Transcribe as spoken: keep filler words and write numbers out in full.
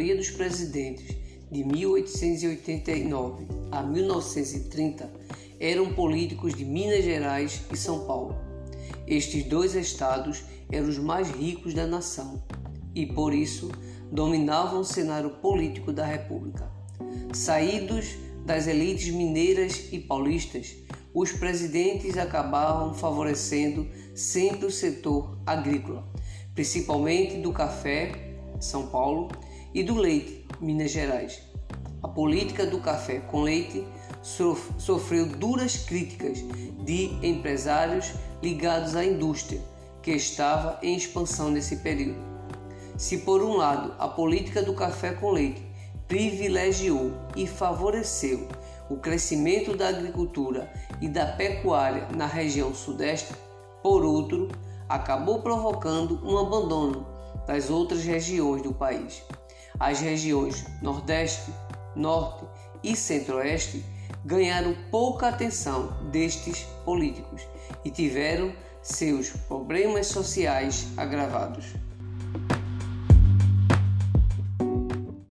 maioria dos presidentes de mil oitocentos e oitenta e nove a mil novecentos e trinta eram políticos de Minas Gerais e São Paulo. Estes dois estados eram os mais ricos da nação e, por isso, dominavam o cenário político da República. Saídos das elites mineiras e paulistas, os presidentes acabavam favorecendo sempre o setor agrícola, principalmente do café, São Paulo, e do leite, Minas Gerais. A política do café com leite sofreu duras críticas de empresários ligados à indústria, que estava em expansão nesse período. Se por um lado a política do café com leite privilegiou e favoreceu o crescimento da agricultura e da pecuária na região sudeste, por outro, acabou provocando um abandono das outras regiões do país. As regiões Nordeste, Norte e Centro-Oeste ganharam pouca atenção destes políticos e tiveram seus problemas sociais agravados.